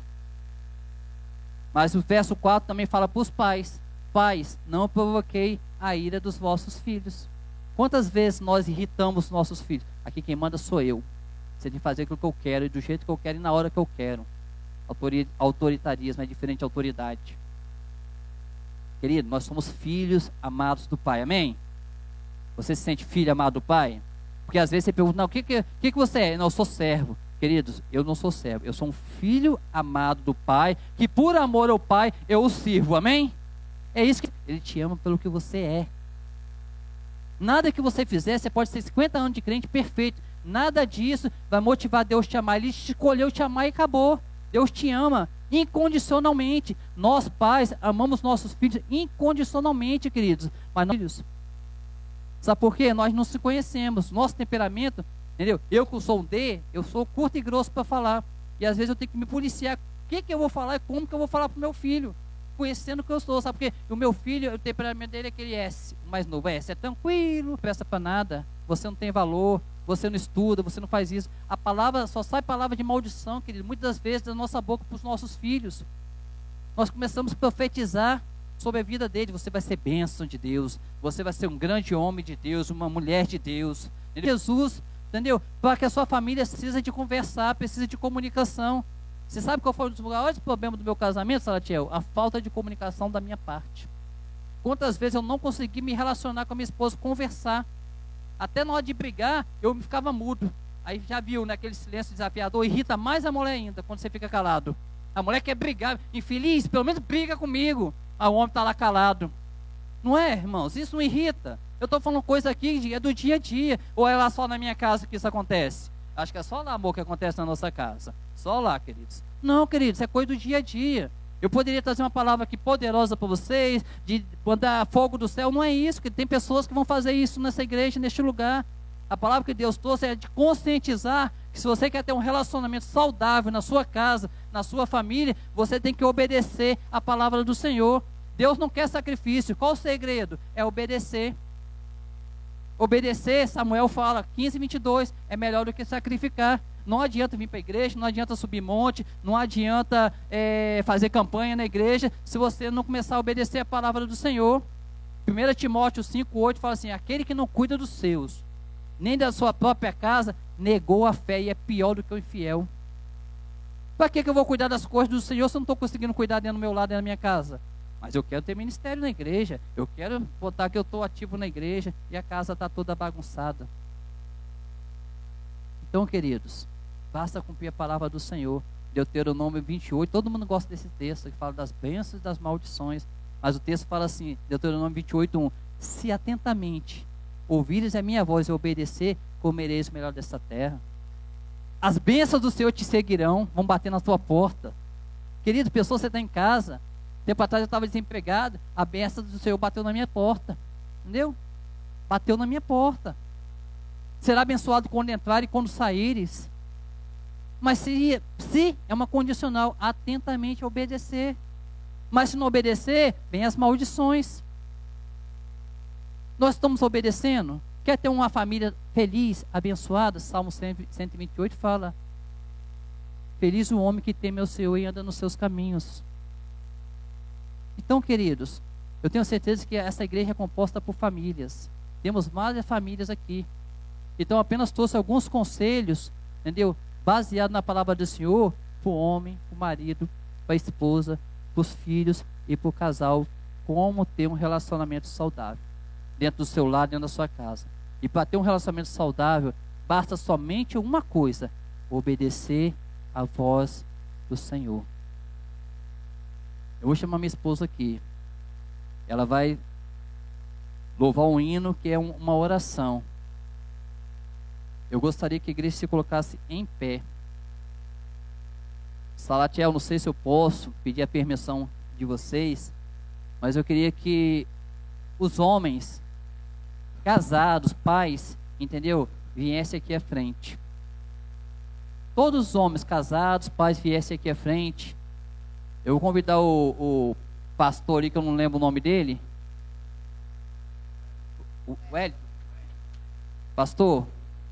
Mas o verso quatro também fala para os pais: pais, não provoquei a ira dos vossos filhos. Quantas vezes nós irritamos nossos filhos? Aqui quem manda sou eu. Você tem que fazer aquilo que eu quero, e do jeito que eu quero, e na hora que eu quero. Autoritarismo é diferente de autoridade. Querido, nós somos filhos amados do Pai, amém? Você se sente filho amado do Pai? Porque às vezes você pergunta: não, o que, que, que, que você é? Não, eu sou servo. Queridos, eu não sou servo, eu sou um filho amado do Pai, que por amor ao Pai eu o sirvo, amém? É isso que Ele te ama pelo que você é. Nada que você fizer, você pode ter cinquenta anos de crente perfeito, nada disso vai motivar Deus te amar. Ele te escolheu te amar e acabou. Deus te ama incondicionalmente. Nós pais amamos nossos filhos incondicionalmente, queridos. Mas nós, filhos, sabe por quê? Nós não se conhecemos. Nosso temperamento, entendeu? Eu que sou um D, eu sou curto e grosso para falar. E às vezes eu tenho que me policiar. O que, que eu vou falar e como que eu vou falar para o meu filho? Conhecendo o que eu sou, sabe por quê? O meu filho, o temperamento dele é aquele S, o mais novo. S é tranquilo, não presta para nada. Você não tem valor, você não estuda, você não faz isso. A palavra, só sai palavra de maldição, querido, muitas das vezes da nossa boca para os nossos filhos. Nós começamos a profetizar sobre a vida dele. Você vai ser bênção de Deus, você vai ser um grande homem de Deus, uma mulher de Deus. Jesus, entendeu? Para que a sua família precisa de conversar, precisa de comunicação. Você sabe qual foi um dos maiores problemas do meu casamento, Salatiel? A falta de comunicação da minha parte. Quantas vezes eu não consegui me relacionar com a minha esposa, conversar. Até na hora de brigar, eu me ficava mudo. Aí já viu, né, aquele silêncio desafiador, irrita mais a mulher ainda, quando você fica calado. A mulher quer brigar, infeliz, pelo menos briga comigo. Ah, o homem está lá calado. Não é, irmãos? Isso não irrita. Eu estou falando coisa aqui, é do dia a dia. Ou é lá só na minha casa que isso acontece? Acho que é só lá, amor, que acontece na nossa casa. Só lá, queridos. Não, queridos, é coisa do dia a dia. Eu poderia trazer uma palavra aqui poderosa para vocês, de mandar fogo do céu. Não é isso, que tem pessoas que vão fazer isso nessa igreja, neste lugar. A palavra que Deus trouxe é de conscientizar que se você quer ter um relacionamento saudável na sua casa, na sua família, você tem que obedecer a palavra do Senhor. Deus não quer sacrifício. Qual o segredo? É obedecer. Obedecer, Samuel fala, quinze, vinte e dois, é melhor do que sacrificar. Não adianta vir para a igreja, não adianta subir monte, não adianta é, fazer campanha na igreja, se você não começar a obedecer a palavra do Senhor. primeiro Timóteo cinco, oito fala assim, aquele que não cuida dos seus, nem da sua própria casa, negou a fé e é pior do que o infiel. Para que, que eu vou cuidar das coisas do Senhor se eu não estou conseguindo cuidar dentro do meu lado, dentro da minha casa? Mas eu quero ter ministério na igreja, eu quero botar que eu estou ativo na igreja e a casa está toda bagunçada. Então, queridos, basta cumprir a palavra do Senhor. Deuteronômio vinte e oito, todo mundo gosta desse texto, que fala das bênçãos e das maldições. Mas o texto fala assim, Deuteronômio vinte e oito, um, se atentamente ouvires a minha voz e obedecer, comereis o melhor desta terra. As bênçãos do Senhor te seguirão, vão bater na tua porta. Querido, pessoa, você está em casa. Tempo atrás eu estava desempregado, a bênção do Senhor bateu na minha porta. Entendeu? Bateu na minha porta. Será abençoado quando entrar e quando saíres. Mas se, se é uma condicional, atentamente obedecer. Mas se não obedecer, vem as maldições. Nós estamos obedecendo? Quer ter uma família feliz, abençoada? Salmo cento e vinte e oito fala, feliz o homem que teme ao Senhor e anda nos seus caminhos. Então, queridos, eu tenho certeza que essa igreja é composta por famílias. Temos várias famílias aqui. Então, apenas trouxe alguns conselhos, entendeu? Baseado na palavra do Senhor, para o homem, para o marido, para a esposa, para os filhos e para o casal, como ter um relacionamento saudável dentro do seu lar, dentro da sua casa. E para ter um relacionamento saudável, basta somente uma coisa: obedecer à voz do Senhor. Eu vou chamar minha esposa aqui. Ela vai louvar um hino que é um, uma oração. Eu gostaria que a igreja se colocasse em pé. Salatiel, não sei se eu posso pedir a permissão de vocês, mas eu queria que os homens, casados, pais, entendeu? Viessem aqui à frente. Todos os homens casados, pais, viessem aqui à frente. Eu vou convidar o, o pastor ali, que eu não lembro o nome dele. O Hélio. Pastor.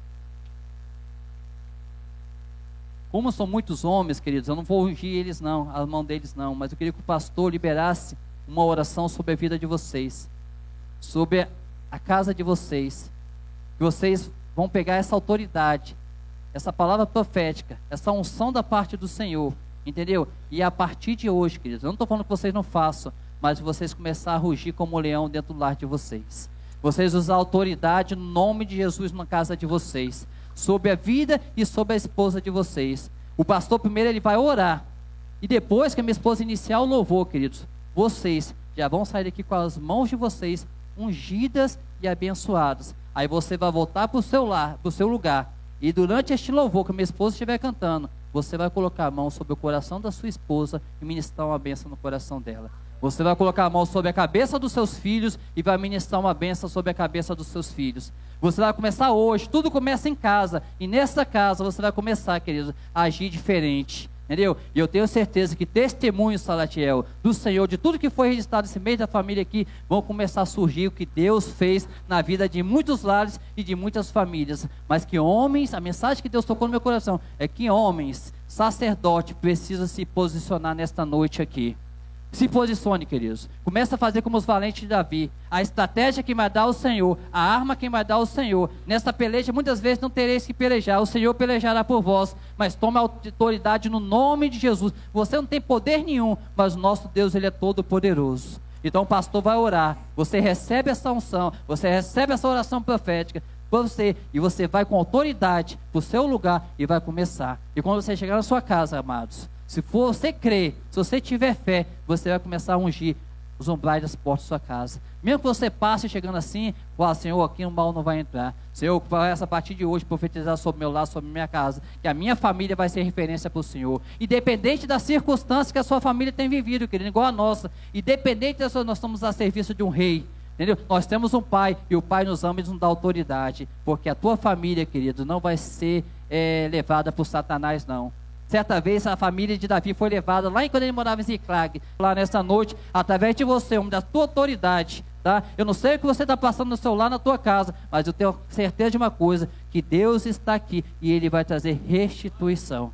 Como são muitos homens, queridos, eu não vou ungir eles não, a mão deles não, mas eu queria que o pastor liberasse uma oração sobre a vida de vocês, sobre a casa de vocês, que vocês vão pegar essa autoridade, essa palavra profética, essa unção da parte do Senhor, entendeu? E a partir de hoje, queridos, eu não estou falando que vocês não façam, mas vocês começar a rugir como um leão dentro do lar de vocês. Vocês usar autoridade no nome de Jesus na casa de vocês, sobre a vida e sobre a esposa de vocês. O pastor primeiro ele vai orar, e depois que a minha esposa iniciar o louvor, queridos, vocês já vão sair daqui com as mãos de vocês ungidas e abençoadas. Aí você vai voltar para o seu lar, para o seu lugar, e durante este louvor que a minha esposa estiver cantando, você vai colocar a mão sobre o coração da sua esposa e ministrar uma bênção no coração dela. Você vai colocar a mão sobre a cabeça dos seus filhos e vai ministrar uma bênção sobre a cabeça dos seus filhos. Você vai começar hoje, tudo começa em casa, e nessa casa você vai começar, querido, a agir diferente. Entendeu? E eu tenho certeza que testemunhos, Salatiel, do Senhor, de tudo que foi registrado nesse mês da família aqui, vão começar a surgir o que Deus fez na vida de muitos lares e de muitas famílias. Mas que homens, a mensagem que Deus tocou no meu coração, é que homens, sacerdotes, precisam se posicionar nesta noite aqui. Se posicione, queridos. Começa a fazer como os valentes de Davi. A estratégia que vai dar o Senhor, a arma que vai dar o Senhor. Nessa peleja, muitas vezes não tereis que pelejar. O Senhor pelejará por vós. Mas tome a autoridade no nome de Jesus. Você não tem poder nenhum, mas o nosso Deus, Ele é todo poderoso. Então o pastor vai orar. Você recebe essa unção. Você recebe essa oração profética para você. E você vai com autoridade para o seu lugar e vai começar. E quando você chegar na sua casa, amados, se for você crer, se você tiver fé, você vai começar a ungir os umbrais das portas da sua casa. Mesmo que você passe chegando assim, fala, Senhor, aqui o mal não vai entrar. Senhor, essa partir de hoje, profetizar sobre meu lar, sobre minha casa, que a minha família vai ser referência para o Senhor. Independente das circunstâncias que a sua família tem vivido, querido, igual a nossa. Independente dessa, nós estamos a serviço de um rei. Entendeu? Nós temos um pai, e o pai nos ama e nos dá autoridade. Porque a tua família, querido, não vai ser é, levada por Satanás, não. Certa vez a família de Davi foi levada lá quando ele morava em Ziclag, lá nessa noite, através de você, homem da tua autoridade, tá? Eu não sei o que você está passando no seu lar, na tua casa, mas eu tenho certeza de uma coisa, que Deus está aqui e Ele vai trazer restituição.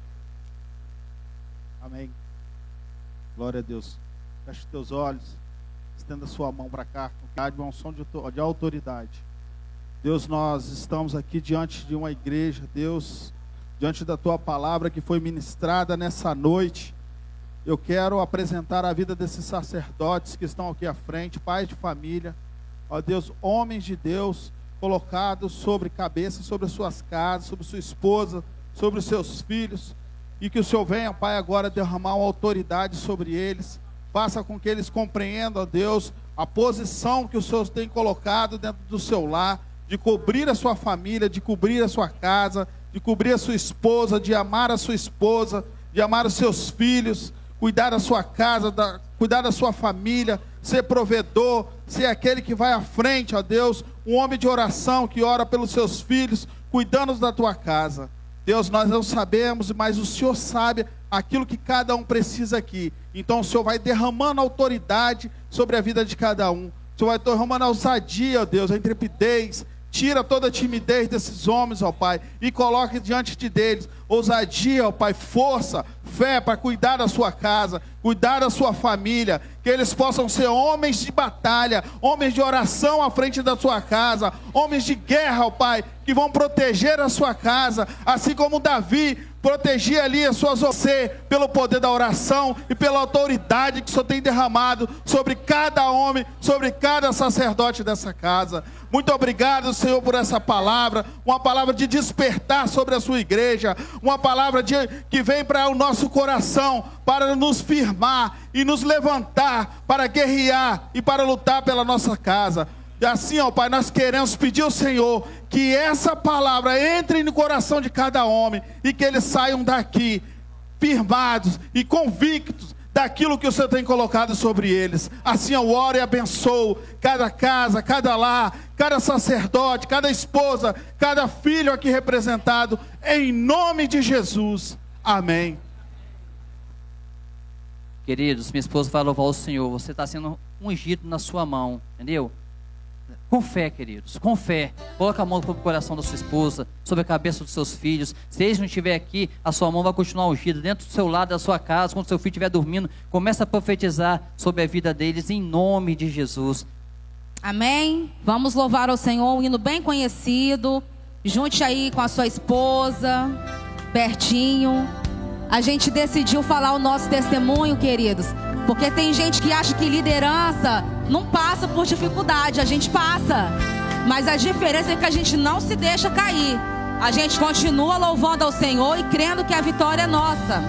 Amém. Glória a Deus. Feche os teus olhos, estenda a sua mão para cá, com uma unção de autoridade. Deus, nós estamos aqui diante de uma igreja, Deus, diante da tua palavra que foi ministrada nessa noite. Eu quero apresentar a vida desses sacerdotes que estão aqui à frente, pais de família, ó Deus, homens de Deus, colocados sobre cabeça, sobre as suas casas, sobre sua esposa, sobre os seus filhos, e que o Senhor venha, Pai, agora derramar uma autoridade sobre eles, faça com que eles compreendam, ó Deus, a posição que o Senhor tem colocado dentro do seu lar, de cobrir a sua família, de cobrir a sua casa, de cobrir a sua esposa, de amar a sua esposa, de amar os seus filhos, cuidar da sua casa, da, cuidar da sua família, ser provedor, ser aquele que vai à frente, ó Deus, um homem de oração que ora pelos seus filhos, cuidando da tua casa. Deus, nós não sabemos, mas o Senhor sabe aquilo que cada um precisa aqui. Então o Senhor vai derramando autoridade sobre a vida de cada um. O Senhor vai derramando a ousadia, ó Deus, a intrepidez. Tira toda a timidez desses homens, ó Pai, e coloque diante de deles ousadia, ó Pai, força, fé para cuidar da sua casa, cuidar da sua família, que eles possam ser homens de batalha, homens de oração à frente da sua casa, homens de guerra, ó Pai, que vão proteger a sua casa, assim como Davi protegia ali as suas você pelo poder da oração e pela autoridade que o Senhor tem derramado sobre cada homem, sobre cada sacerdote dessa casa. Muito obrigado, Senhor, por essa palavra, uma palavra de despertar sobre a sua igreja, uma palavra de, que vem para o nosso coração, para nos firmar e nos levantar, para guerrear e para lutar pela nossa casa. E assim, ó Pai, nós queremos pedir ao Senhor que essa palavra entre no coração de cada homem e que eles saiam daqui firmados e convictos daquilo que o Senhor tem colocado sobre eles. Assim eu oro e abençoo cada casa, cada lar, cada sacerdote, cada esposa, cada filho aqui representado, em nome de Jesus. Amém. Queridos, minha esposa vai louvar o Senhor. Você está sendo ungido na sua mão, entendeu? Com fé, queridos, com fé. Coloca a mão sobre o coração da sua esposa, sobre a cabeça dos seus filhos. Se eles não estiverem aqui, a sua mão vai continuar ungida dentro do seu lado, da sua casa. Quando seu filho estiver dormindo, começa a profetizar sobre a vida deles em nome de Jesus. Amém? Vamos louvar ao Senhor, um hino bem conhecido. Junte aí com a sua esposa, pertinho. A gente decidiu falar o nosso testemunho, queridos, porque tem gente que acha que liderança não passa por dificuldade. A gente passa, mas a diferença é que a gente não se deixa cair. A gente continua louvando ao Senhor e crendo que a vitória é nossa.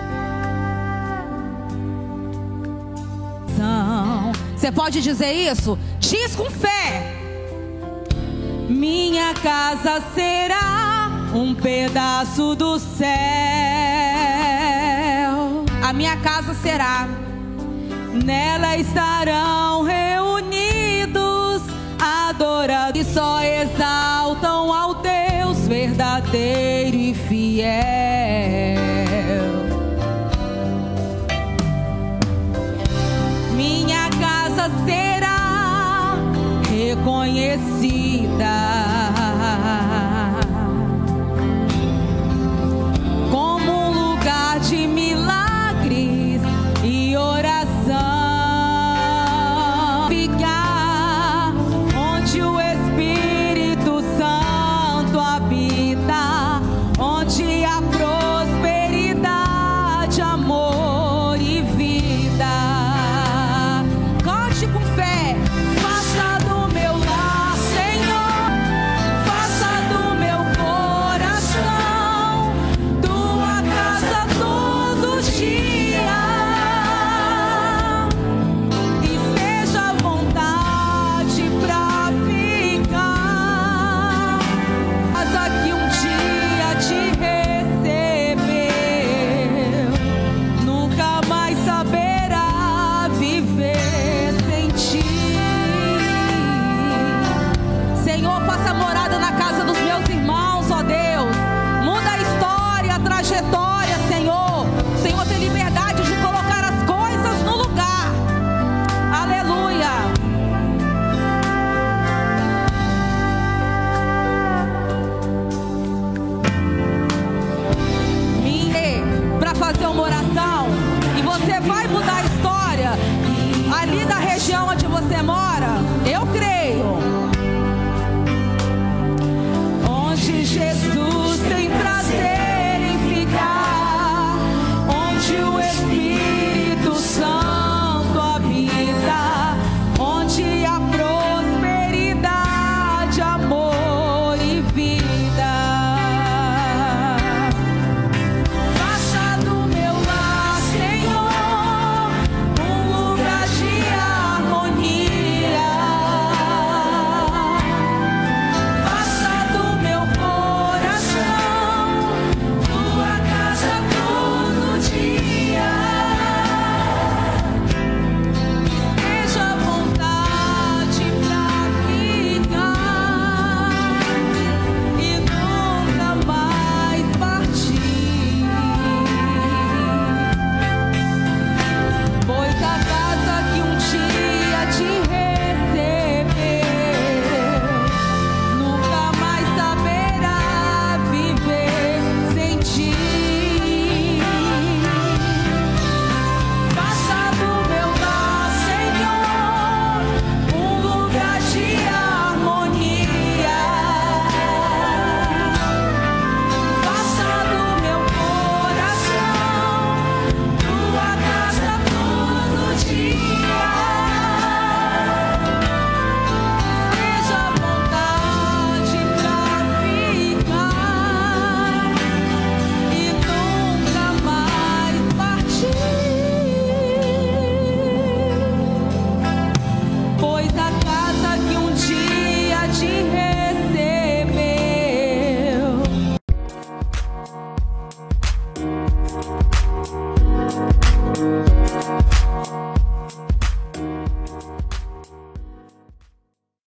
Você pode dizer isso? Diz com fé. Minha casa será um pedaço do céu. A minha casa será. Nela estarão reunidos, adorados, e só exaltam ao Deus verdadeiro e fiel. conhecida como um lugar de milagres e oração. Ficar onde o Espírito Santo habita, onde há prosperidade, amor e vida. Cante com fé. Faça do meu lar, Senhor, faça do meu coração tua casa todo dia. Esteja à vontade pra ficar. Casa que um dia te recebeu, nunca mais saberá viver sem ti. Senhor, faça morada na casa dos meus irmãos, ó Deus. Muda a história, a trajetória, Senhor. O Senhor tem liberdade de colocar as coisas no lugar. Aleluia. Para fazer uma oração, e você vai mudar a história ali da região onde você mora. Eu creio. Onde Jesus tem prazer em ficar, onde o Espírito Santo habita, onde há prosperidade, amor e vida. Faça do meu lar, Senhor, um lugar de harmonia. Faça do meu coração tua casa todo dia. Esteja à vontade pra ficar e nunca mais partir. Pois a casa que um dia te recebeu, nunca mais saberá viver sem ti. Faça do meu lar, Senhor, um lugar de harmonia. Faça do meu coração tua casa todo dia. Esteja à vontade pra ficar e nunca mais partir. Pois a casa que um dia te recebeu.